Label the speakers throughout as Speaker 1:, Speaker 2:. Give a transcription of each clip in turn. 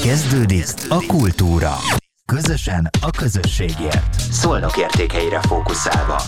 Speaker 1: Kezdődik a kultúra. Közösen a közösségért. Szolnok értékeire fókuszálva.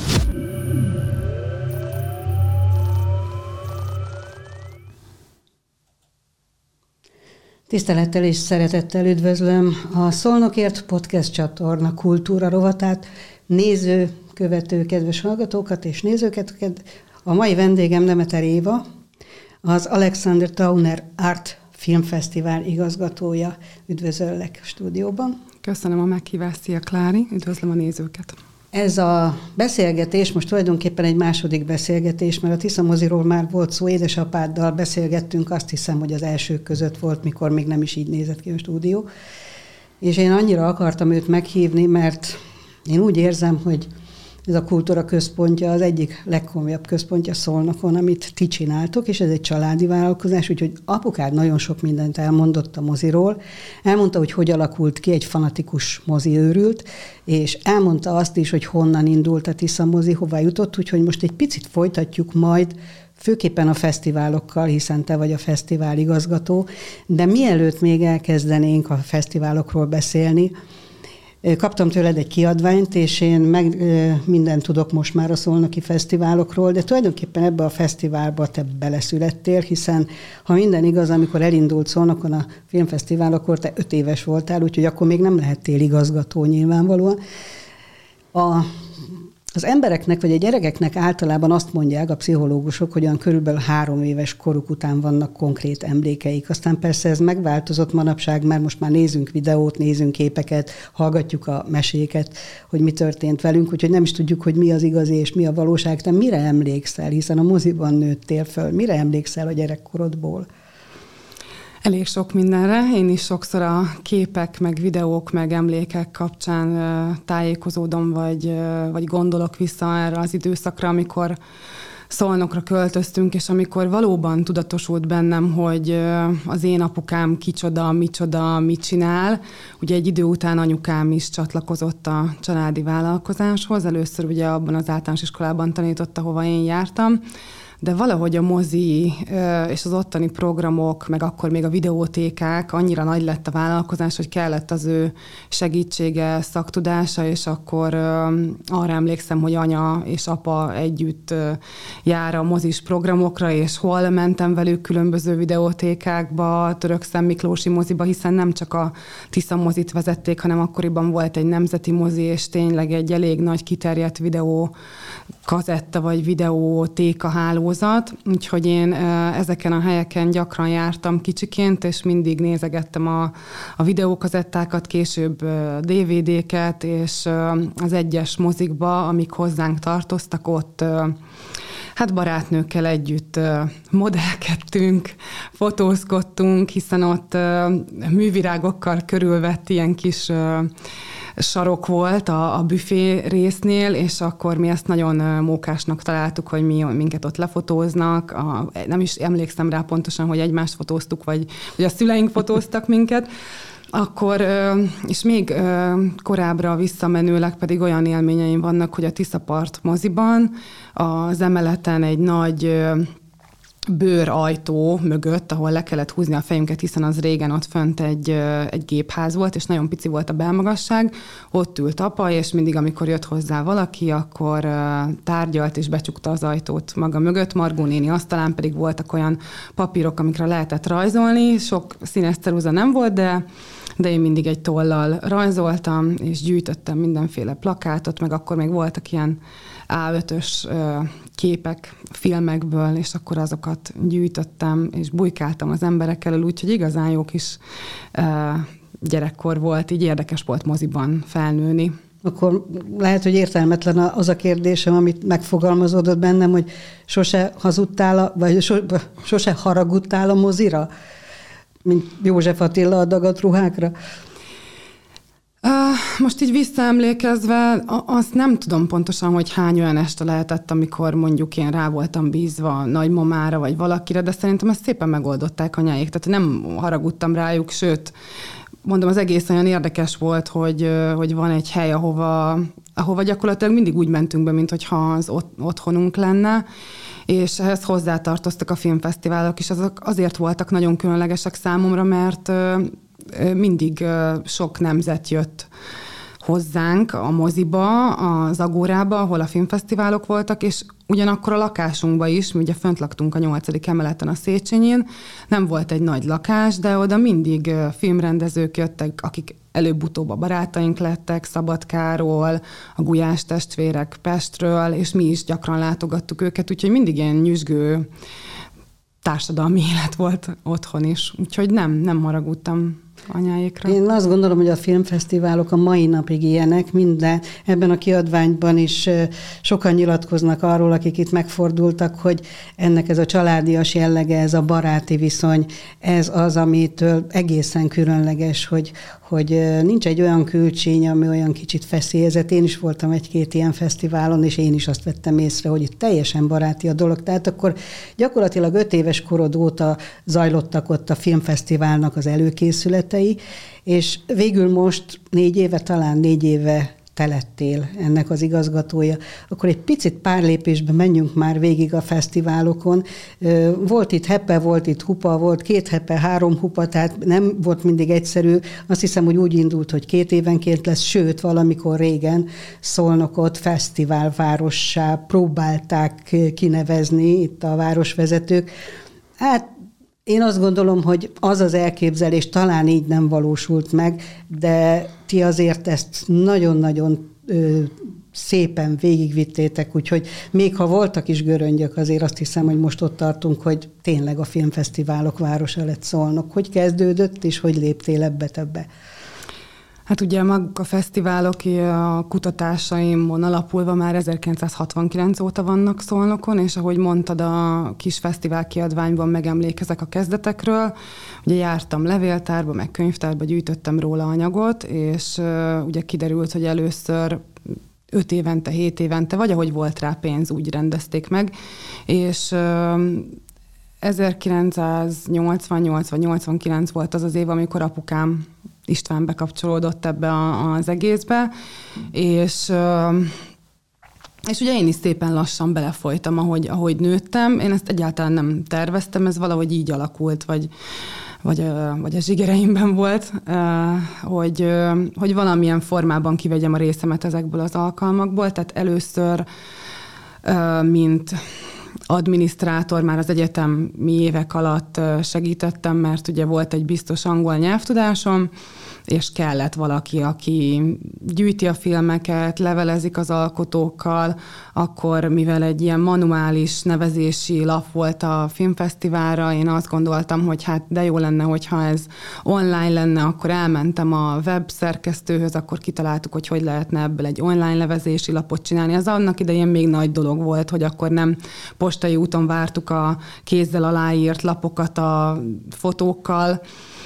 Speaker 2: Tisztelettel és szeretettel üdvözlöm a Szolnokért podcast csatorna kultúra rovatát, néző, követő kedves hallgatókat és nézőket. A mai vendégem Demeter Éva, az Alexander Tauner Art Filmfesztivál igazgatója. Üdvözöllek a stúdióban.
Speaker 3: Köszönöm a meghívást, szia Klári, üdvözlöm a nézőket.
Speaker 2: Ez a beszélgetés most tulajdonképpen egy második beszélgetés, mert a Tisza moziról már volt szó, édesapáddal beszélgettünk, azt hiszem, hogy az elsők között volt, mikor még nem is így nézett ki a stúdió. És én annyira akartam őt meghívni, mert én úgy érzem, hogy ez a kultúra központja az egyik legkomolyabb központja Szolnokon, amit ti csináltok, és ez egy családi vállalkozás, úgyhogy apukád nagyon sok mindent elmondott a moziról. Elmondta, hogy alakult ki, egy fanatikus moziőrült, és elmondta azt is, hogy honnan indult a Tisza mozi, hová jutott, úgyhogy most egy picit folytatjuk majd, főképpen a fesztiválokkal, hiszen te vagy a fesztivál igazgató, de mielőtt még elkezdenénk a fesztiválokról beszélni, kaptam tőled egy kiadványt, és én mindent tudok most már a szolnoki fesztiválokról, de tulajdonképpen ebbe a fesztiválba te beleszülettél, hiszen ha minden igaz, amikor elindult Szolnokon a filmfesztivál, akkor te 5 éves voltál, úgyhogy akkor még nem lehettél igazgató nyilvánvalóan. Az embereknek, vagy a gyerekeknek általában azt mondják a pszichológusok, hogy olyan körülbelül 3 éves koruk után vannak konkrét emlékeik. Aztán persze ez megváltozott manapság, mert most már nézünk videót, nézünk képeket, hallgatjuk a meséket, hogy mi történt velünk, úgyhogy nem is tudjuk, hogy mi az igazi és mi a valóság. Te mire emlékszel, hiszen a moziban nőttél föl, mire emlékszel a gyerekkorodból?
Speaker 3: Elég sok mindenre. Én is sokszor a képek, meg videók, meg emlékek kapcsán tájékozódom, vagy gondolok vissza erre az időszakra, amikor Szolnokra költöztünk, és amikor valóban tudatosult bennem, hogy az én apukám kicsoda, micsoda, mit csinál. Ugye egy idő után anyukám is csatlakozott a családi vállalkozáshoz. Először ugye abban az általános iskolában tanított, ahova én jártam. De valahogy a mozi és az ottani programok, meg akkor még a videótékák, annyira nagy lett a vállalkozás, hogy kellett az ő segítsége, szaktudása, és akkor arra emlékszem, hogy anya és apa együtt jár a mozis programokra, és hol mentem velük különböző videótékákba, Török Szent Miklósi moziba, hiszen nem csak a Tisza mozit vezették, hanem akkoriban volt egy nemzeti mozi, és tényleg egy elég nagy kiterjedt videó kazetta vagy videótéka hálózat, úgyhogy én ezeken a helyeken gyakran jártam kicsiként, és mindig nézegettem a videókazettákat, később DVD-ket, és az egyes mozikba, amik hozzánk tartoztak, ott hát barátnőkkel együtt modellkedtünk, fotózkodtunk, hiszen ott művirágokkal körülvett ilyen kis sarok volt a büfé résznél, és akkor mi ezt nagyon mókásnak találtuk, hogy minket ott lefotóznak. Nem is emlékszem rá pontosan, hogy egymást fotóztuk, vagy a szüleink fotóztak minket. Akkor, és még korábbra visszamenőleg pedig olyan élményeim vannak, hogy a Tiszapart moziban az emeleten egy nagy bőrajtó mögött, ahol le kellett húzni a fejünket, hiszen az régen ott fönt egy gépház volt, és nagyon pici volt a belmagasság. Ott ült apa, és mindig, amikor jött hozzá valaki, akkor tárgyalt és becsukta az ajtót maga mögött. Margó néni asztalán pedig voltak olyan papírok, amikre lehetett rajzolni. Sok színes ceruza nem volt, de én mindig egy tollal rajzoltam, és gyűjtöttem mindenféle plakátot, meg akkor még voltak ilyen A5-ös képek filmekből, és akkor azokat gyűjtöttem, és bujkáltam az emberek elől, úgyhogy igazán jó kis gyerekkor volt, így érdekes volt moziban felnőni.
Speaker 2: Akkor lehet, hogy értelmetlen az a kérdésem, amit megfogalmazódott bennem, hogy sose hazudtál, vagy sose haragudtál a mozira, mint József Attila a dagadt ruhákra?
Speaker 3: Most így visszaemlékezve, azt nem tudom pontosan, hogy hány olyan este lehetett, amikor mondjuk én rá voltam bízva nagymamára, vagy valakire, de szerintem ezt szépen megoldották anyáik, tehát nem haragudtam rájuk, sőt, mondom, az egész olyan érdekes volt, hogy van egy hely, ahova gyakorlatilag mindig úgy mentünk be, mintha az otthonunk lenne, és ehhez hozzátartoztak a filmfesztiválok is. Azok azért voltak nagyon különlegesek számomra, mert mindig sok nemzet jött hozzánk a moziba, az Agórába, ahol a filmfesztiválok voltak, és ugyanakkor a lakásunkban is, mi ugye fönt laktunk a 8. emeleten a Széchenyén, nem volt egy nagy lakás, de oda mindig filmrendezők jöttek, akik előbb-utóbb a barátaink lettek, Szabadkáról, a Gulyás testvérek Pestről, és mi is gyakran látogattuk őket, úgyhogy mindig ilyen nyüzsgő társadalmi élet volt otthon is, úgyhogy nem haragudtam anyáékra.
Speaker 2: Én azt gondolom, hogy a filmfesztiválok a mai napig ilyenek, ebben a kiadványban is sokan nyilatkoznak arról, akik itt megfordultak, hogy ennek ez a családias jellege, ez a baráti viszony, ez az, amitől egészen különleges, hogy nincs egy olyan külcsény, ami olyan kicsit feszélyezett. Én is voltam egy-két ilyen fesztiválon, és én is azt vettem észre, hogy itt teljesen baráti a dolog. Tehát akkor gyakorlatilag 5 éves korod óta zajlottak ott a filmfesztiválnak az előkészületei, és végül most 4 éve te lettél ennek az igazgatója. Akkor egy picit pár lépésben menjünk már végig a fesztiválokon. Volt itt Hepe, volt itt Hupa, volt 2 Hepe, 3 Hupa, tehát nem volt mindig egyszerű. Azt hiszem, hogy úgy indult, hogy 2 évenként lesz, sőt, valamikor régen Szolnokot fesztiválvárossá próbálták kinevezni itt a városvezetők. Hát én azt gondolom, hogy az az elképzelés talán így nem valósult meg, de ti azért ezt nagyon-nagyon szépen végigvittétek, úgyhogy még ha voltak is göröngyök, azért azt hiszem, hogy most ott tartunk, hogy tényleg a filmfesztiválok városa lett Szolnok. Hogy kezdődött, és hogy léptél ebbe?
Speaker 3: Hát ugye maguk a fesztiválok a kutatásaimon alapulva már 1969 óta vannak Szolnokon, és ahogy mondtad, a kis fesztivál kiadványban megemlékezek a kezdetekről. Ugye jártam levéltárba, meg könyvtárba, gyűjtöttem róla anyagot, és ugye kiderült, hogy először 5 évente, 7 évente, vagy ahogy volt rá pénz, úgy rendezték meg, és 1988 vagy 89 volt az az év, amikor apukám István bekapcsolódott ebbe az egészbe, és ugye én is szépen lassan belefolytam, ahogy nőttem. Én ezt egyáltalán nem terveztem, ez valahogy így alakult, vagy a zsigereimben volt, hogy valamilyen formában kivegyem a részemet ezekből az alkalmakból. Tehát először, mint adminisztrátor már az egyetemi évek alatt segítettem, mert ugye volt egy biztos angol nyelvtudásom, és kellett valaki, aki gyűjti a filmeket, levelezik az alkotókkal, akkor mivel egy ilyen manuális nevezési lap volt a filmfesztiválra, én azt gondoltam, hogy hát de jó lenne, hogyha ez online lenne, akkor elmentem a webszerkesztőhöz, akkor kitaláltuk, hogy lehetne ebből egy online levezési lapot csinálni. Az annak idején még nagy dolog volt, hogy akkor nem postai úton vártuk a kézzel aláírt lapokat a fotókkal,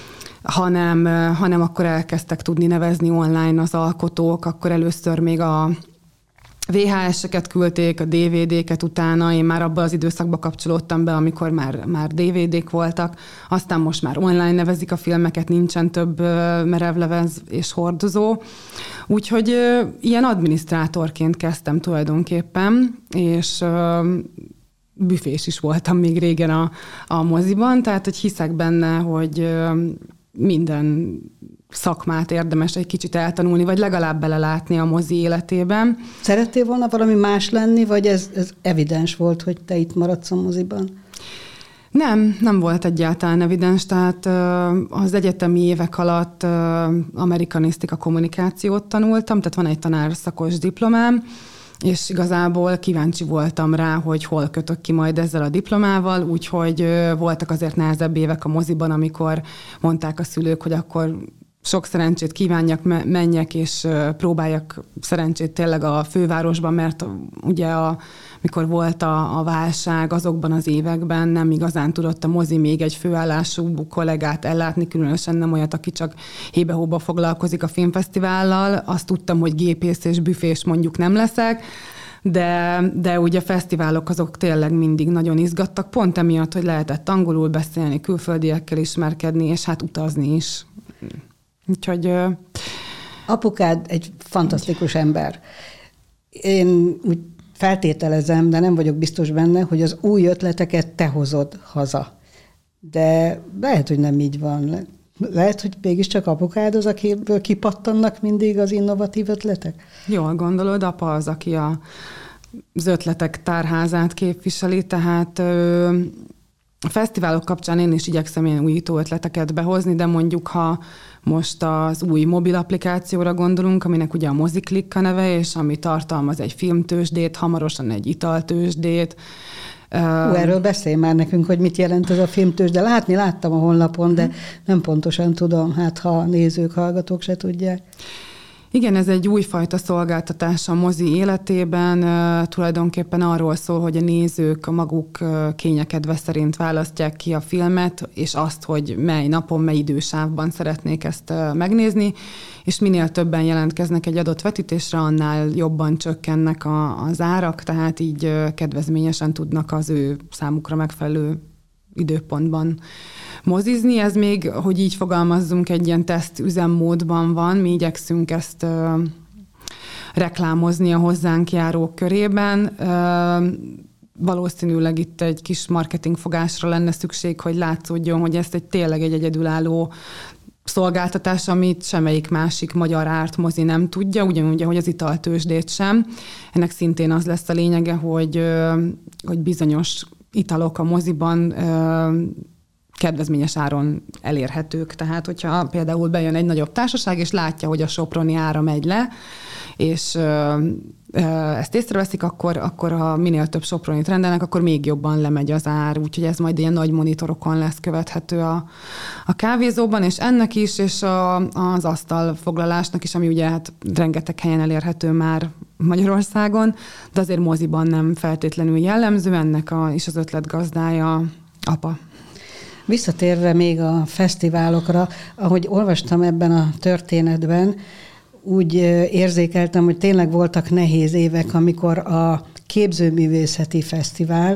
Speaker 3: hanem akkor elkezdtek tudni nevezni online az alkotók, akkor először még a VHS-eket küldték, a DVD-ket utána, én már abban az időszakban kapcsolódtam be, amikor már DVD-k voltak, aztán most már online nevezik a filmeket, nincsen több merevlevez és hordozó. Úgyhogy ilyen adminisztrátorként kezdtem tulajdonképpen, és büfés is voltam még régen a moziban, tehát hogy hiszek benne, hogy minden szakmát érdemes egy kicsit eltanulni, vagy legalább belelátni a mozi életében.
Speaker 2: Szerettél volna valami más lenni, vagy ez evidens volt, hogy te itt maradsz a moziban?
Speaker 3: Nem volt egyáltalán evidens, tehát az egyetemi évek alatt amerikanisztika kommunikációt tanultam, tehát van egy tanárszakos diplomám, és igazából kíváncsi voltam rá, hogy hol kötök ki majd ezzel a diplomával, úgyhogy voltak azért nehezebb évek a moziban, amikor mondták a szülők, hogy akkor sok szerencsét kívánjak, menjek, és próbáljak szerencsét tényleg a fővárosban, mert ugye mikor volt a válság, azokban az években nem igazán tudott a mozi még egy főállású kollégát ellátni, különösen nem olyat, aki csak hébe-hóba foglalkozik a filmfesztivállal. Azt tudtam, hogy gépész és büfés mondjuk nem leszek, de ugye a fesztiválok azok tényleg mindig nagyon izgattak, pont emiatt, hogy lehetett angolul beszélni, külföldiekkel ismerkedni, és hát utazni is. Úgyhogy...
Speaker 2: Apukád egy fantasztikus ember. Én úgy feltételezem, de nem vagyok biztos benne, hogy az új ötleteket te hozod haza. De lehet, hogy nem így van. Lehet, hogy mégiscsak apukád az, akiből kipattannak mindig az innovatív ötletek?
Speaker 3: Jól gondolod, apa az, aki az ötletek tárházát képviseli, tehát a fesztiválok kapcsán én is igyekszem ilyen újító ötleteket behozni, de mondjuk, ha most az új mobil applikációra gondolunk, aminek ugye a Moziklik a neve, és ami tartalmaz egy filmtőzsdét, hamarosan egy italtőzsdét.
Speaker 2: Erről beszélj már nekünk, hogy mit jelent ez a filmtőzsde. Láttam a honlapon, de nem pontosan tudom, hát ha a nézők, hallgatók se tudják.
Speaker 3: Igen, ez egy újfajta szolgáltatás a mozi életében. Tulajdonképpen arról szól, hogy a nézők a maguk kényekedve szerint választják ki a filmet, és azt, hogy mely napon, mely idősávban szeretnék ezt megnézni, és minél többen jelentkeznek egy adott vetítésre, annál jobban csökkennek az árak, tehát így kedvezményesen tudnak az ő számukra megfelelő időpontban mozizni. Ez még, hogy így fogalmazzunk, egy ilyen teszt üzemmódban van, mi igyekszünk ezt reklámozni a hozzánk járók körében. Valószínűleg itt egy kis marketingfogásra lenne szükség, hogy látszódjon, hogy ezt tényleg egy egyedülálló szolgáltatás, amit semmelyik másik magyar ártmozi nem tudja, ugyanúgy, ahogy az italtőzsdét sem. Ennek szintén az lesz a lényege, hogy bizonyos italok a moziban kedvezményes áron elérhetők. Tehát, hogyha például bejön egy nagyobb társaság, és látja, hogy a soproni ára megy le, és ezt észreveszik, akkor ha minél több sopronit rendelnek, akkor még jobban lemegy az ár, úgyhogy ez majd ilyen nagy monitorokon lesz követhető a kávézóban, és ennek is, és az asztalfoglalásnak is, ami ugye hát rengeteg helyen elérhető már Magyarországon, de azért moziban nem feltétlenül jellemző, ennek is az ötletgazdája apa.
Speaker 2: Visszatérve még a fesztiválokra, ahogy olvastam ebben a történetben, úgy érzékeltem, hogy tényleg voltak nehéz évek, amikor a képzőművészeti fesztiválra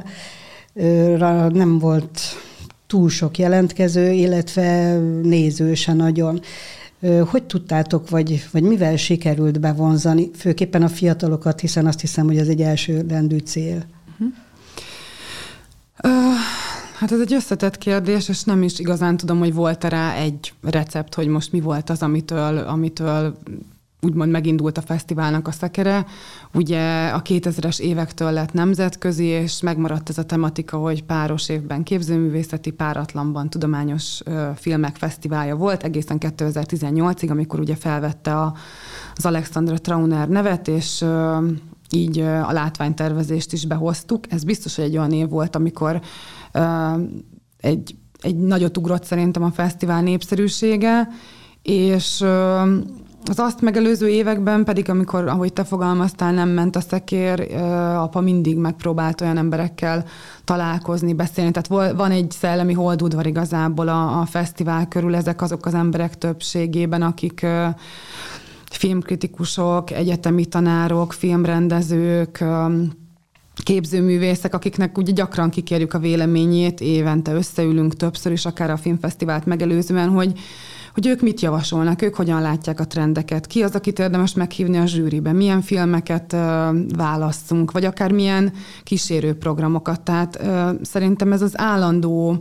Speaker 2: nem volt túl sok jelentkező, illetve néző se nagyon. Hogy tudtátok, vagy mivel sikerült bevonzani, főképpen a fiatalokat, hiszen azt hiszem, hogy ez egy elsőrendű cél?
Speaker 3: Hát ez egy összetett kérdés, és nem is igazán tudom, hogy volt-e rá egy recept, hogy most mi volt az, amitől úgymond megindult a fesztiválnak a szekere. Ugye a 2000-es évektől lett nemzetközi, és megmaradt ez a tematika, hogy páros évben képzőművészeti, páratlanban tudományos filmek fesztiválja volt, egészen 2018-ig, amikor ugye felvette az Alexandra Trauner nevet, és így a látványtervezést is behoztuk. Ez biztos, hogy egy olyan év volt, amikor egy nagyot ugrott szerintem a fesztivál népszerűsége, és az azt megelőző években pedig, amikor, ahogy te fogalmaztál, nem ment a szekér, apa mindig megpróbált olyan emberekkel találkozni, beszélni. Tehát van egy szellemi holdudvar igazából a fesztivál körül, ezek azok az emberek többségében, akik filmkritikusok, egyetemi tanárok, filmrendezők, képzőművészek, akiknek ugye gyakran kikérjük a véleményét, évente összeülünk többször is, akár a filmfesztivált megelőzően, hogy ők mit javasolnak, ők hogyan látják a trendeket, ki az, akit érdemes meghívni a zsűribe, milyen filmeket válasszunk, vagy akár milyen kísérőprogramokat. Tehát szerintem ez az állandó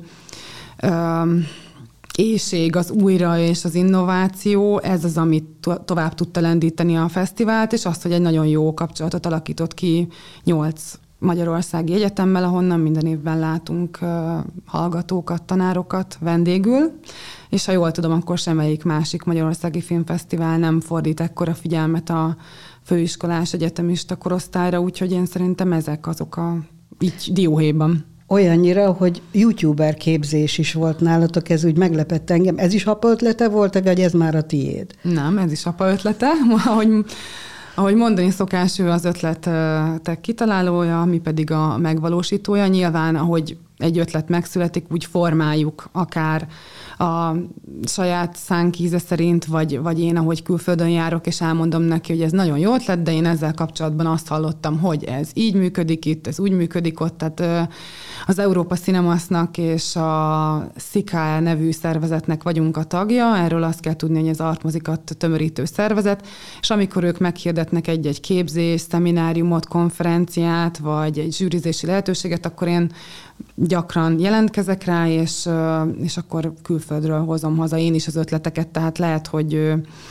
Speaker 3: éhség, az újra és az innováció, ez az, amit tovább tudta lendíteni a fesztivált, és azt, hogy egy nagyon jó kapcsolatot alakított ki 8 magyarországi egyetemmel, ahonnan minden évben látunk hallgatókat, tanárokat vendégül, és ha jól tudom, akkor semmelyik másik magyarországi filmfesztivál nem fordít ekkora figyelmet a főiskolás egyetemista korosztályra, úgyhogy én szerintem ezek azok így dióhéjban.
Speaker 2: Olyannyira, hogy youtuber képzés is volt nálatok, ez úgy meglepett engem. Ez is apa ötlete volt, vagy ez már a tiéd?
Speaker 3: Nem, ez is apa ötlete. Ahogy mondani szokás, ő az ötletek kitalálója, mi pedig a megvalósítója. Nyilván, ahogy egy ötlet megszületik, úgy formáljuk akár a saját szánkíze szerint, vagy én, ahogy külföldön járok, és elmondom neki, hogy ez nagyon jó ötlet, de én ezzel kapcsolatban azt hallottam, hogy ez így működik itt, ez úgy működik ott. Tehát az Európa Cinemasznak és a SZIKA nevű szervezetnek vagyunk a tagja, erről azt kell tudni, hogy ez artmozikat tömörítő szervezet, és amikor ők meghirdetnek egy-egy képzés, szemináriumot, konferenciát, vagy egy zsűrizési lehetőséget, akkor én gyakran jelentkezek rá, és akkor külföldről hozom haza én is az ötleteket, tehát lehet, hogy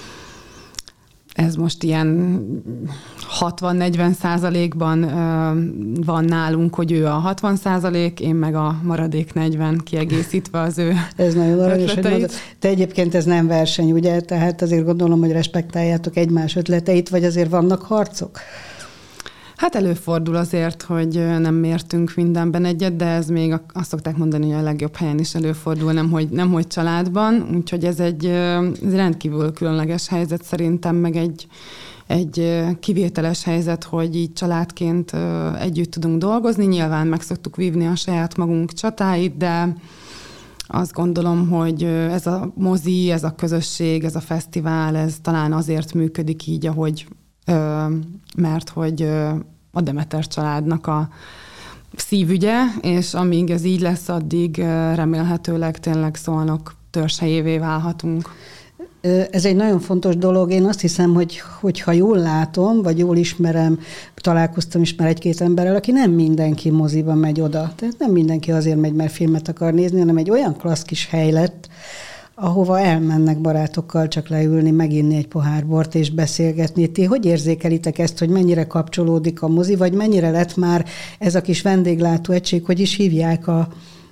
Speaker 3: ez most ilyen 60-40%-ban van nálunk, hogy ő a 60%, én meg a maradék 40 kiegészítve az ő
Speaker 2: ez nagyon aranyos, hogy mondod. De egyébként ez nem verseny, ugye? Tehát azért gondolom, hogy respektáljátok egymás ötleteit, vagy azért vannak harcok?
Speaker 3: Hát előfordul azért, hogy nem mértünk mindenben egyet, de ez még azt szokták mondani, hogy a legjobb helyen is előfordul, nemhogy családban, úgyhogy ez egy rendkívül különleges helyzet szerintem, meg egy kivételes helyzet, hogy így családként együtt tudunk dolgozni. Nyilván meg szoktuk vívni a saját magunk csatáit, de azt gondolom, hogy ez a mozi, ez a közösség, ez a fesztivál, ez talán azért működik így, ahogy mert hogy a Demeter családnak a szívügye, és amíg ez így lesz, addig remélhetőleg tényleg Szolnok törzshelyévé válhatunk.
Speaker 2: Ez egy nagyon fontos dolog. Én azt hiszem, hogy ha jól látom, vagy jól ismerem, találkoztam is már egy-két emberrel, aki nem mindenki moziba megy oda. Tehát nem mindenki azért megy, mert filmet akar nézni, hanem egy olyan klassz kis hely lett, ahova elmennek barátokkal csak leülni, meginni egy pohár bort és beszélgetni. Ti hogy érzékelitek ezt, hogy mennyire kapcsolódik a mozi, vagy mennyire lett már ez a kis vendéglátó egység, hogy is hívják a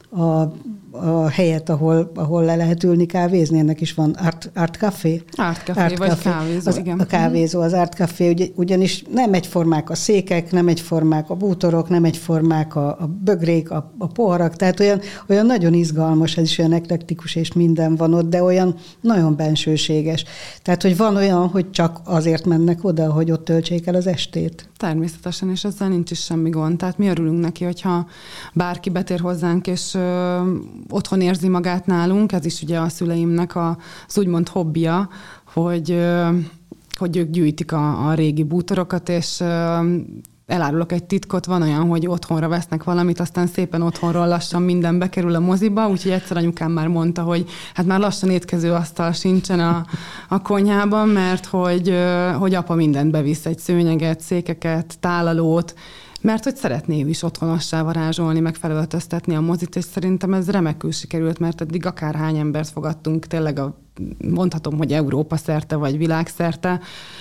Speaker 2: helyet, ahol le lehet ülni kávézni, ennek is van Art Café?
Speaker 3: Art Café, vagy kávézó, igen.
Speaker 2: A kávézó, az Art Café, ugyanis nem egyformák a székek, nem egyformák a bútorok, nem egyformák a bögrék, a poharak, tehát olyan nagyon izgalmas, ez is olyan eklektikus, és minden van ott, de olyan nagyon bensőséges. Tehát, hogy van olyan, hogy csak azért mennek oda, hogy ott töltsék el az estét.
Speaker 3: Természetesen, és ezzel nincs is semmi gond. Tehát mi örülünk neki, hogyha bárki betér hozzánk, és otthon érzi magát nálunk, ez is ugye a szüleimnek az úgymond hobbija, hogy ők gyűjtik a régi bútorokat, és elárulok egy titkot, van olyan, hogy otthonra vesznek valamit, aztán szépen otthonról lassan minden bekerül a moziba, úgyhogy egyszer anyukám már mondta, hogy hát már lassan étkezőasztal sincsen a konyhában, mert hogy apa mindent bevisz, egy szőnyeget, székeket, tálalót, mert hogy szeretné ő is otthonossá varázsolni, meg felöltöztetni a mozit, és szerintem ez remekül sikerült, mert eddig akárhány embert fogadtunk, tényleg mondhatom, hogy Európa szerte, vagy világszerte,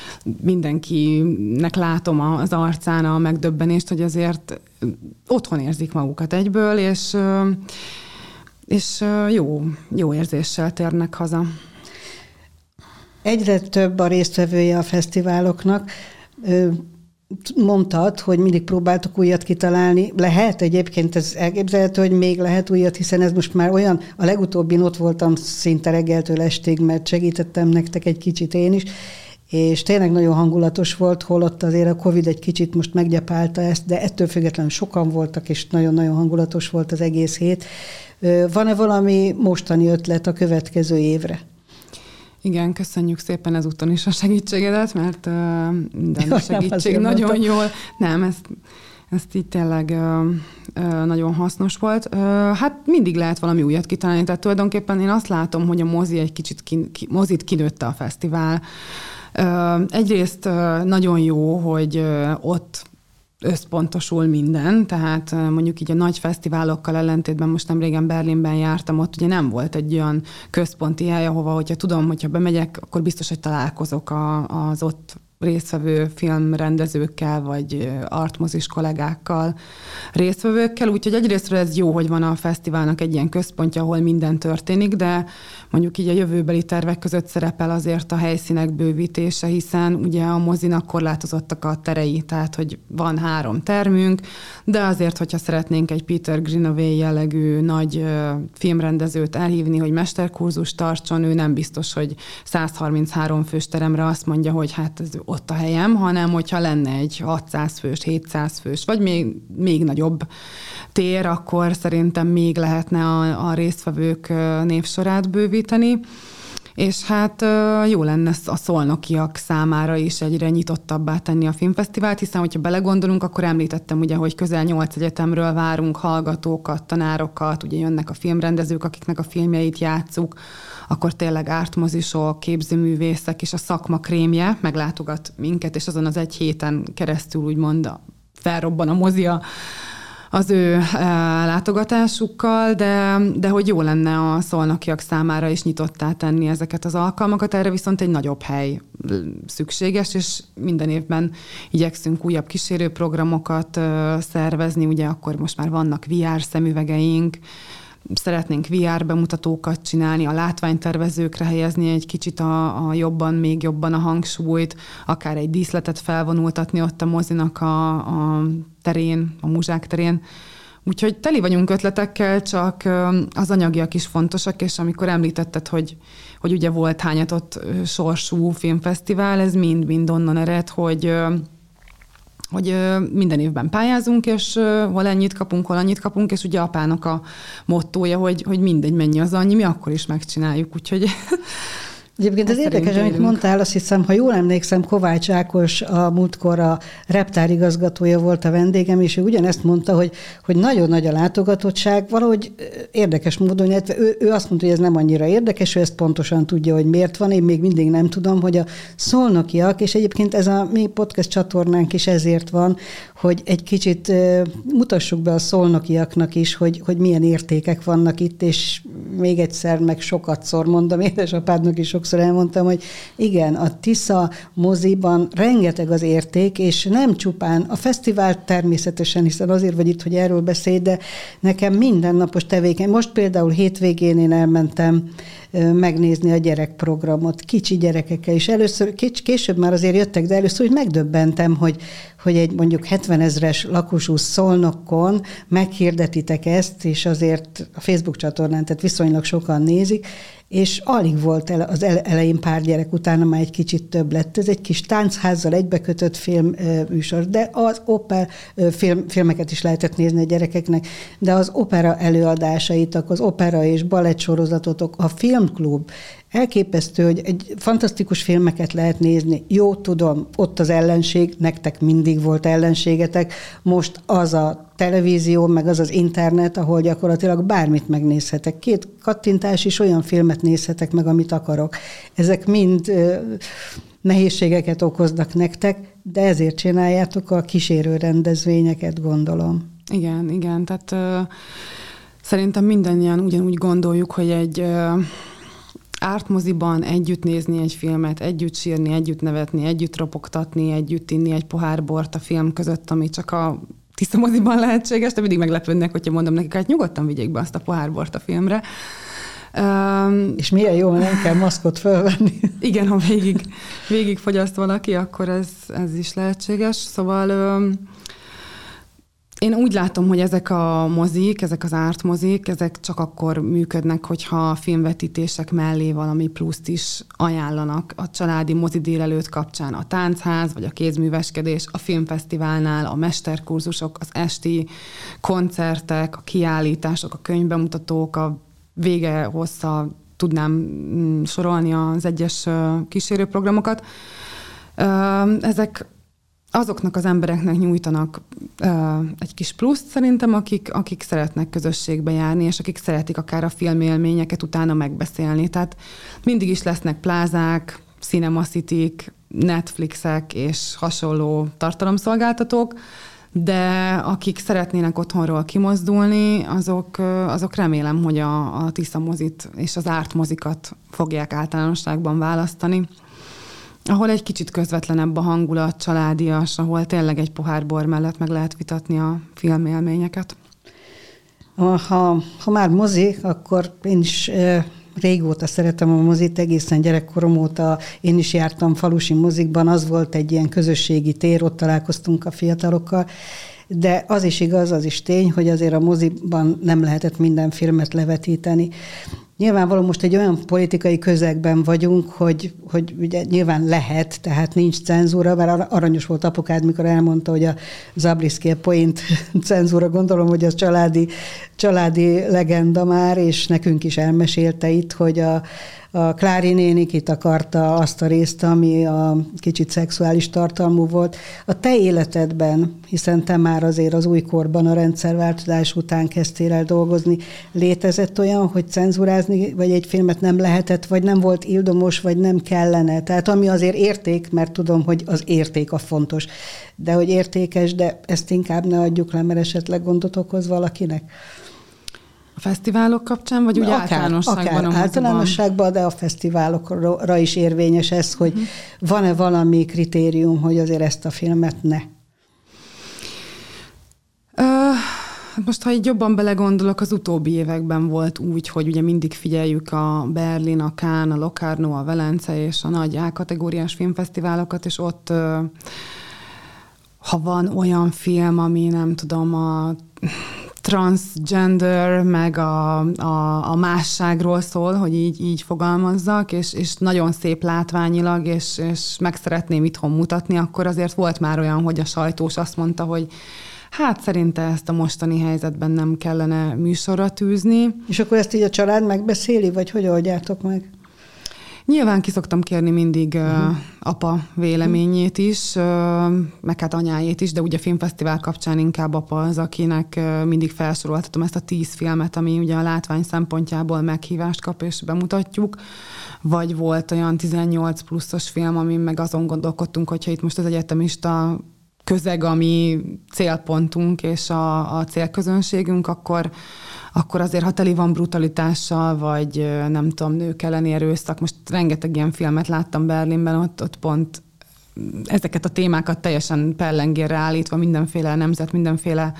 Speaker 3: mindenkinek látom az arcán a megdöbbenést, hogy azért otthon érzik magukat egyből, és jó érzéssel térnek haza.
Speaker 2: Egyre több a résztvevője a fesztiváloknak. Mondtad, hogy mindig próbáltok újat kitalálni. Lehet egyébként, ez elképzelhető, hogy még lehet újat, hiszen ez most már olyan, a legutóbbin ott voltam szinte reggeltől estig, mert segítettem nektek egy kicsit én is, és tényleg nagyon hangulatos volt, holott azért a Covid egy kicsit most meggyepálta ezt, de ettől függetlenül sokan voltak, és nagyon-nagyon hangulatos volt az egész hét. Van-e valami mostani ötlet a következő évre?
Speaker 3: Igen, köszönjük szépen ezúton is a segítségedet, mert minden segítség nagyon jól. Nem, ezt így tényleg nagyon hasznos volt. Hát mindig lehet valami újat kitalálni, tehát tulajdonképpen én azt látom, hogy a mozi egy kicsit mozit kinőtte a fesztivál. Egyrészt nagyon jó, hogy ott összpontosul minden, tehát mondjuk így a nagy fesztiválokkal ellentétben most nem régen Berlinben jártam, ott ugye nem volt egy olyan központi hely, ahova, hogyha tudom, hogyha bemegyek, akkor biztos, hogy találkozok az ott résztvevő filmrendezőkkel, vagy artmozis kollégákkal, résztvevőkkel, úgyhogy egyrésztről ez jó, hogy van a fesztiválnak egy ilyen központja, ahol minden történik, de mondjuk így a jövőbeli tervek között szerepel azért a helyszínek bővítése, hiszen ugye a mozinak korlátozottak a terei, tehát hogy van 3 termünk, de azért, hogyha szeretnénk egy Peter Greenaway jellegű nagy filmrendezőt elhívni, hogy mesterkurzust tartson, ő nem biztos, hogy 133 fős teremre azt mondja, hogy hát ez ott a helyem, hanem hogyha lenne egy 600 fős, 700 fős, vagy még nagyobb tér, akkor szerintem még lehetne a résztvevők névsorát bővíteni. És hát jó lenne a szolnokiak számára is egyre nyitottabbá tenni a filmfesztivált, hiszen hogyha belegondolunk, akkor említettem ugye, hogy közel 8 egyetemről várunk hallgatókat, tanárokat, ugye jönnek a filmrendezők, akiknek a filmjeit játsszuk, akkor tényleg ártmozisok, képzőművészek és a szakma krémje meglátogat minket, és azon az egy héten keresztül úgymond felrobban a mozi az ő látogatásukkal, de hogy jó lenne a szolnokiak számára is nyitottá tenni ezeket az alkalmakat, erre viszont egy nagyobb hely szükséges, és minden évben igyekszünk újabb kísérőprogramokat szervezni, ugye akkor most már vannak VR szemüvegeink, szeretnénk VR bemutatókat csinálni, a látványtervezőkre helyezni egy kicsit még jobban a hangsúlyt, akár egy díszletet felvonultatni ott a mozinak a terén, a muzsák terén. Úgyhogy teli vagyunk ötletekkel, csak az anyagiak is fontosak, és amikor említetted, hogy ugye volt hányatott sorsú filmfesztivál, ez mind-mind onnan ered, hogy minden évben pályázunk, és hol annyit kapunk, és ugye apának a mottója, hogy mindegy, mennyi az annyi, mi akkor is megcsináljuk, úgyhogy...
Speaker 2: Egyébként ez érdekes, amit mondtál, azt hiszem, ha jól emlékszem, Kovács Ákos a múltkor a reptár igazgatója volt a vendégem, és ő ugyanezt mondta, hogy nagyon nagy a látogatottság, valahogy érdekes módon, illetve ő azt mondta, hogy ez nem annyira érdekes, ő ezt pontosan tudja, hogy miért van, én még mindig nem tudom, hogy a szolnokiak, és egyébként ez a mi podcast csatornánk is ezért van, hogy egy kicsit mutassuk be a szolnokiaknak is, hogy milyen értékek vannak itt, és még egyszer, meg sokatszor mondom, édesapádnak is sokszor elmondtam, hogy igen, a Tisza moziban rengeteg az érték, és nem csupán a fesztivál természetesen, hiszen azért vagy itt, hogy erről beszélj, de nekem mindennapos tevékeny. Most például hétvégén én elmentem megnézni a gyerekprogramot, kicsi gyerekekkel, és először, később már azért jöttek, de először úgy megdöbbentem, hogy egy mondjuk 70 000-es lakosú Szolnokon meghirdetitek ezt, és azért a Facebook csatornán, tehát viszonylag sokan nézik, és alig volt az elején pár gyerek, utána már egy kicsit több lett. Ez egy kis táncházzal egybekötött filmműsor, de az filmeket is lehetett nézni a gyerekeknek, de az opera előadásaitok, az opera és balett sorozatotok, a filmklub, elképesztő, hogy egy fantasztikus filmeket lehet nézni. Jó, tudom, ott az ellenség, nektek mindig volt ellenségetek, most az a televízió, meg az az internet, ahol gyakorlatilag bármit megnézhetek. 2 kattintás is olyan filmet nézhetek meg, amit akarok. Ezek mind nehézségeket okoznak nektek, de ezért csináljátok a kísérő rendezvényeket, gondolom.
Speaker 3: Igen, tehát szerintem mindannyian ugyanúgy gondoljuk, hogy egy ártmoziban együtt nézni egy filmet, együtt sírni, együtt nevetni, együtt ropogtatni, együtt inni egy pohár bort a film között, ami csak a Tisza moziban lehetséges, de mindig meglepődnek, hogyha mondom nekik, hát nyugodtan vigyék be azt a pohár bort a filmre.
Speaker 2: És milyen jó, nem kell maszkot fölvenni.
Speaker 3: Igen, ha végig fogyaszt valaki, akkor ez is lehetséges. Szóval én úgy látom, hogy ezek a mozik, ezek az ártmozik, ezek csak akkor működnek, hogyha a filmvetítések mellé valami pluszt is ajánlanak a családi mozi délelőtt kapcsán. A táncház, vagy a kézműveskedés, a filmfesztiválnál, a mesterkurzusok, az esti koncertek, a kiállítások, a könyvbemutatók, a vége hossza tudnám sorolni az egyes kísérőprogramokat. Ezek azoknak az embereknek nyújtanak egy kis pluszt szerintem, akik szeretnek közösségbe járni, és akik szeretik akár a filmélményeket utána megbeszélni. Tehát mindig is lesznek plázák, Cinema Cityk, Netflixek és hasonló tartalomszolgáltatók, de akik szeretnének otthonról kimozdulni, azok remélem, hogy a Tisza mozit és az ártmozikat fogják általánosságban választani, ahol egy kicsit közvetlenebb a hangulat, családias, ahol tényleg egy pohár bor mellett meg lehet vitatni a filmélményeket.
Speaker 2: Ha már mozi, akkor én is régóta szeretem a mozit, egészen gyerekkorom óta én is jártam falusi mozikban, az volt egy ilyen közösségi tér, ott találkoztunk a fiatalokkal, de az is igaz, az is tény, hogy azért a moziban nem lehetett minden filmet levetíteni. Nyilvánvalóan most egy olyan politikai közegben vagyunk, hogy ugye nyilván lehet, tehát nincs cenzúra, mert aranyos volt apukád, mikor elmondta, hogy a Zabriskie Point cenzúra, gondolom, hogy az családi legenda már, és nekünk is elmesélte itt, hogy a Klári néni kitakarta azt a részt, ami a kicsit szexuális tartalmú volt. A te életedben, hiszen te már azért az újkorban a rendszerváltozás után kezdtél el dolgozni, létezett olyan, hogy cenzúrázni pályázni, vagy egy filmet nem lehetett, vagy nem volt ildomos, vagy nem kellene. Tehát ami azért érték, mert tudom, hogy az érték a fontos, de hogy értékes, de ezt inkább ne adjuk le, mert esetleg gondot okoz valakinek.
Speaker 3: A fesztiválok kapcsán, vagy úgy általánosságban?
Speaker 2: Akár általánosságban, de a fesztiválokra is érvényes ez, hogy van-e valami kritérium, hogy azért ezt a filmet ne?
Speaker 3: Most, ha így jobban belegondolok, az utóbbi években volt úgy, hogy ugye mindig figyeljük a Berlin, a Cannes, a Locarno, a Velence és a nagy A-kategóriás filmfesztiválokat, és ott, ha van olyan film, ami nem tudom, a transgender, meg a másságról szól, hogy így fogalmazzak, és nagyon szép látványilag, és meg szeretném itthon mutatni, akkor azért volt már olyan, hogy a sajtós azt mondta, hogy hát szerinte ezt a mostani helyzetben nem kellene műsorra tűzni. És akkor ezt így a család megbeszéli, vagy hogy oldjátok meg? Nyilván ki szoktam kérni mindig apa véleményét is, meg hát anyájét is, de ugye a filmfesztivál kapcsán inkább apa az, akinek mindig felsoroltatom ezt a 10 filmet, ami ugye a látvány szempontjából meghívást kap, és bemutatjuk. Vagy volt olyan 18 pluszos film, amin meg azon gondolkodtunk, hogyha itt most az egyetemista közeg, ami célpontunk és a célközönségünk, akkor azért, ha teli van brutalitással, vagy nem tudom, nők elleni erőszak, most rengeteg ilyen filmet láttam Berlinben, ott pont ezeket a témákat teljesen pellengérre állítva, mindenféle nemzet, mindenféle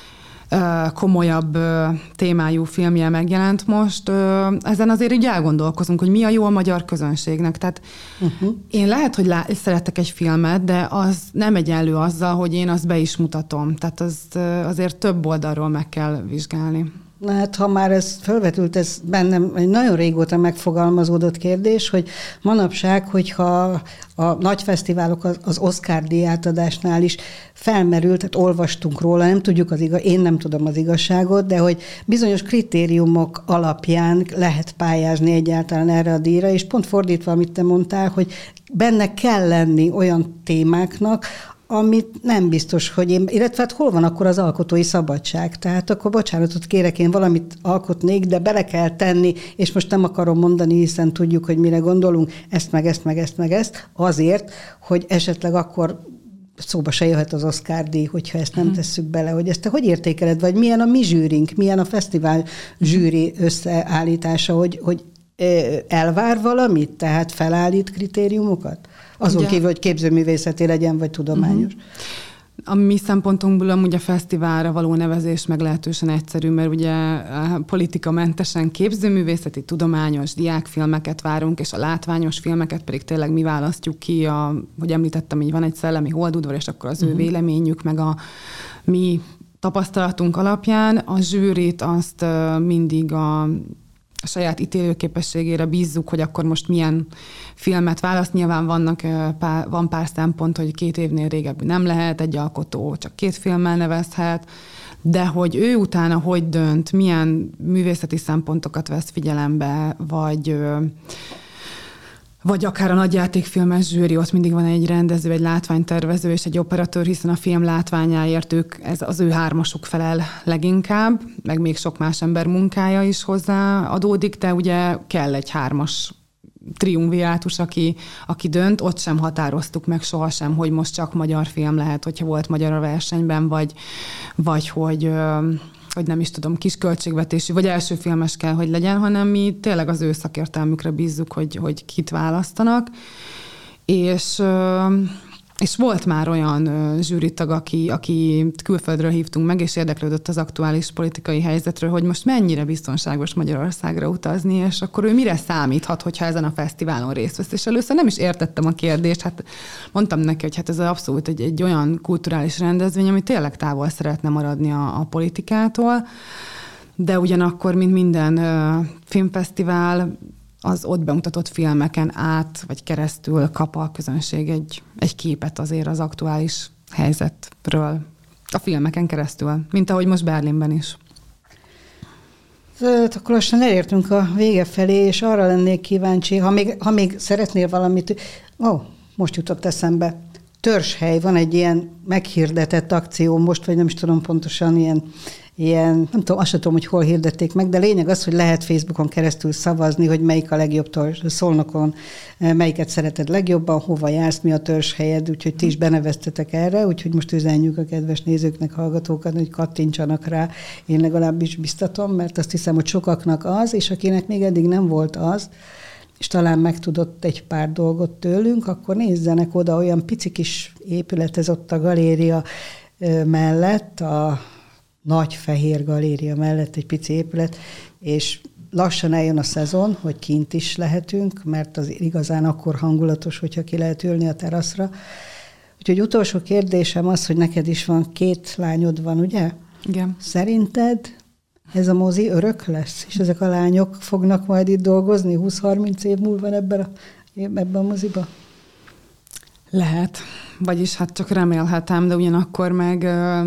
Speaker 3: komolyabb témájú filmje megjelent most. Ezen azért így elgondolkozunk, hogy mi a jó a magyar közönségnek. Tehát én lehet, hogy szeretek egy filmet, de az nem egyenlő azzal, hogy én azt be is mutatom. Tehát az azért több oldalról meg kell vizsgálni. Na hát, ha már ez felvetült, ez bennem egy nagyon régóta megfogalmazódott kérdés, hogy manapság, hogyha a nagy fesztiválok az Oscar-díj átadásnál is felmerült, tehát olvastunk róla, nem tudjuk én nem tudom az igazságot, de hogy bizonyos kritériumok alapján lehet pályázni egyáltalán erre a díjra, és pont fordítva, amit te mondtál, hogy benne kell lenni olyan témáknak, amit nem biztos, hogy illetve hát hol van akkor az alkotói szabadság? Tehát akkor bocsánatot kérek, én valamit alkotnék, de bele kell tenni, és most nem akarom mondani, hiszen tudjuk, hogy mire gondolunk, ezt, meg ezt, azért, hogy esetleg akkor szóba se jöhet az Oscar-díj, hogyha ezt nem tesszük bele, hogy ezt te hogy értékeled, vagy milyen a mi zsűrink, milyen a fesztivál zsűri összeállítása, hogy elvár valamit, tehát felállít kritériumokat? Azon kívül, hogy képzőművészeti legyen, vagy tudományos. A mi szempontunkból amúgy a fesztiválra való nevezés meglehetősen egyszerű, mert ugye politikamentesen képzőművészeti, tudományos diákfilmeket várunk, és a látványos filmeket pedig tényleg mi választjuk ki, hogy említettem, hogy van egy szellemi holdudvar, és akkor az ő véleményük, meg a mi tapasztalatunk alapján. A zsűrit azt mindig a saját ítélőképességére bízzuk, hogy akkor most milyen filmet választ. Nyilván van pár szempont, hogy 2 évnél régebbi nem lehet, egy alkotó csak 2 filmmel nevezhet, de hogy ő utána hogy dönt, milyen művészeti szempontokat vesz figyelembe, vagy akár a nagyjátékfilmes zsűri, ott mindig van egy rendező, egy látványtervező és egy operatőr, hiszen a film látványáért ez az ő 3-asuk felel leginkább, meg még sok más ember munkája is hozzá adódik, de ugye kell egy 3-as triumvirátus, aki dönt. Ott sem határoztuk meg sohasem, hogy most csak magyar film lehet, hogyha volt magyar a versenyben, vagy hogy nem is tudom, kis költségvetésű, vagy első filmes kell, hogy legyen, hanem mi tényleg az ő szakértelmükre bízzuk, hogy kit választanak. És volt már olyan zsűritag, aki külföldről hívtunk meg, és érdeklődött az aktuális politikai helyzetről, hogy most mennyire biztonságos Magyarországra utazni, és akkor ő mire számíthat, hogyha ezen a fesztiválon részt vesz. És először nem is értettem a kérdést, hát mondtam neki, hogy hát ez abszolút egy olyan kulturális rendezvény, ami tényleg távol szeretne maradni a politikától, de ugyanakkor, mint minden filmfesztivál, az ott bemutatott filmeken át vagy keresztül kap a közönség egy képet azért az aktuális helyzetről a filmeken keresztül, mint ahogy most Berlinben is. Akkor lassan elértünk a vége felé, és arra lennék kíváncsi, ha még szeretnél valamit... most jutott eszembe.
Speaker 2: törzshely, van egy ilyen meghirdetett akció most, vagy nem is tudom pontosan, ilyen, nem tudom, azt sem tudom, hogy hol hirdették meg, de lényeg az, hogy lehet Facebookon keresztül szavazni, hogy melyik a legjobb Szolnokon, melyiket szereted legjobban, hova jársz, mi a törzshelyed, úgyhogy ti is beneveztetek erre, úgyhogy most üzenjük a kedves nézőknek, hallgatókat, hogy kattintsanak rá. Én legalábbis biztatom, mert azt hiszem, hogy sokaknak az, és akinek még eddig nem volt az, és talán megtudott egy pár dolgot tőlünk, akkor nézzenek oda, olyan pici kis épület, ez ott a galéria mellett, a nagy fehér galéria mellett egy pici épület, és lassan eljön a szezon, hogy kint is lehetünk, mert az igazán akkor hangulatos, hogyha ki lehet ülni a teraszra. Úgyhogy utolsó kérdésem az, hogy neked is van 2 lányod van, ugye?
Speaker 3: Igen.
Speaker 2: Szerinted ez a mozi örök lesz? És ezek a lányok fognak majd itt dolgozni 20-30 év múlva ebben a moziba?
Speaker 3: Lehet. Vagyis hát csak remélhetem, de ugyanakkor meg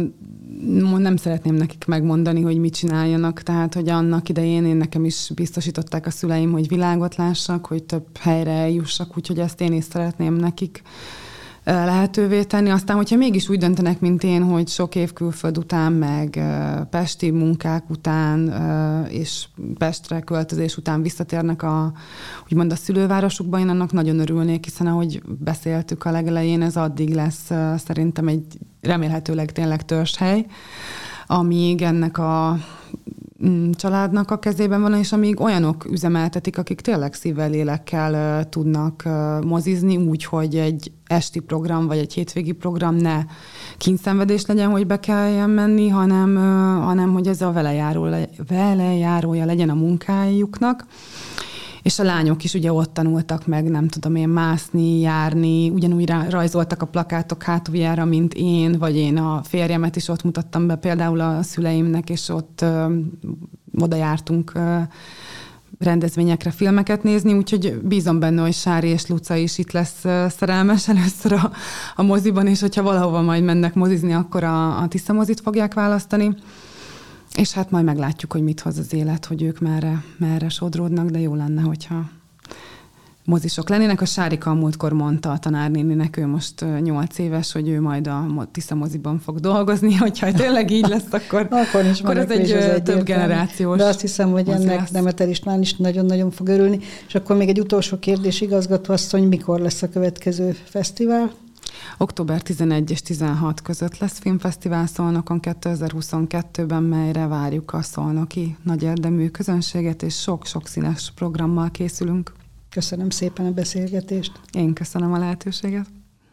Speaker 3: nem szeretném nekik megmondani, hogy mit csináljanak. Tehát, hogy annak idején nekem is biztosították a szüleim, hogy világot lássak, hogy több helyre eljussak, úgyhogy ezt én is szeretném nekik lehetővé tenni. Aztán, hogyha mégis úgy döntenek, mint én, hogy sok év külföld után, meg pesti munkák után, és Pestre költözés után visszatérnek úgymond a szülővárosukba, én annak nagyon örülnék, hiszen ahogy beszéltük a legelején, ez addig lesz szerintem egy remélhetőleg tényleg törzshely, amíg ennek a családnak a kezében van, és amíg olyanok üzemeltetik, akik tényleg szívvel, lélekkel tudnak mozizni, úgy, hogy egy esti program, vagy egy hétvégi program ne kényszenvedés legyen, hogy be kelljen menni, hanem hogy ez a velejárója legyen a munkájuknak. És a lányok is ugye ott tanultak meg, nem tudom én, mászni, járni, ugyanúgy rajzoltak a plakátok hátuljára, mint én, vagy én a férjemet is ott mutattam be például a szüleimnek, és ott oda jártunk rendezvényekre filmeket nézni, úgyhogy bízom benne, hogy Sári és Luca is itt lesz szerelmes először a moziban, és hogyha valahova majd mennek mozizni, akkor a Tisza mozit fogják választani. És hát majd meglátjuk, hogy mit hoz az élet, hogy ők merre sodródnak, de jó lenne, hogyha mozisok lennének. A Sárika a múltkor mondta a tanárnéninek, ő most 8 éves, hogy ő majd a Tisza moziban fog dolgozni, hogyha tényleg így lesz, akkor ez egy több generációs.
Speaker 2: De azt hiszem, hogy ennek Demeter István is nagyon-nagyon fog örülni. És akkor még egy utolsó kérdés, igazgatóasszony, mikor lesz a következő fesztivál?
Speaker 3: Október 11 és 16 között lesz filmfesztivál Szolnokon 2022-ben, melyre várjuk a szolnoki nagy érdemű közönséget, és sok-sok színes programmal készülünk.
Speaker 2: Köszönöm szépen a beszélgetést.
Speaker 3: Én köszönöm a lehetőséget.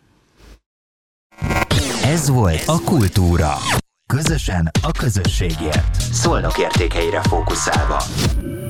Speaker 1: Ez volt a Kultúra. Közösen a közösségért. Szolnok értékeire fókuszálva.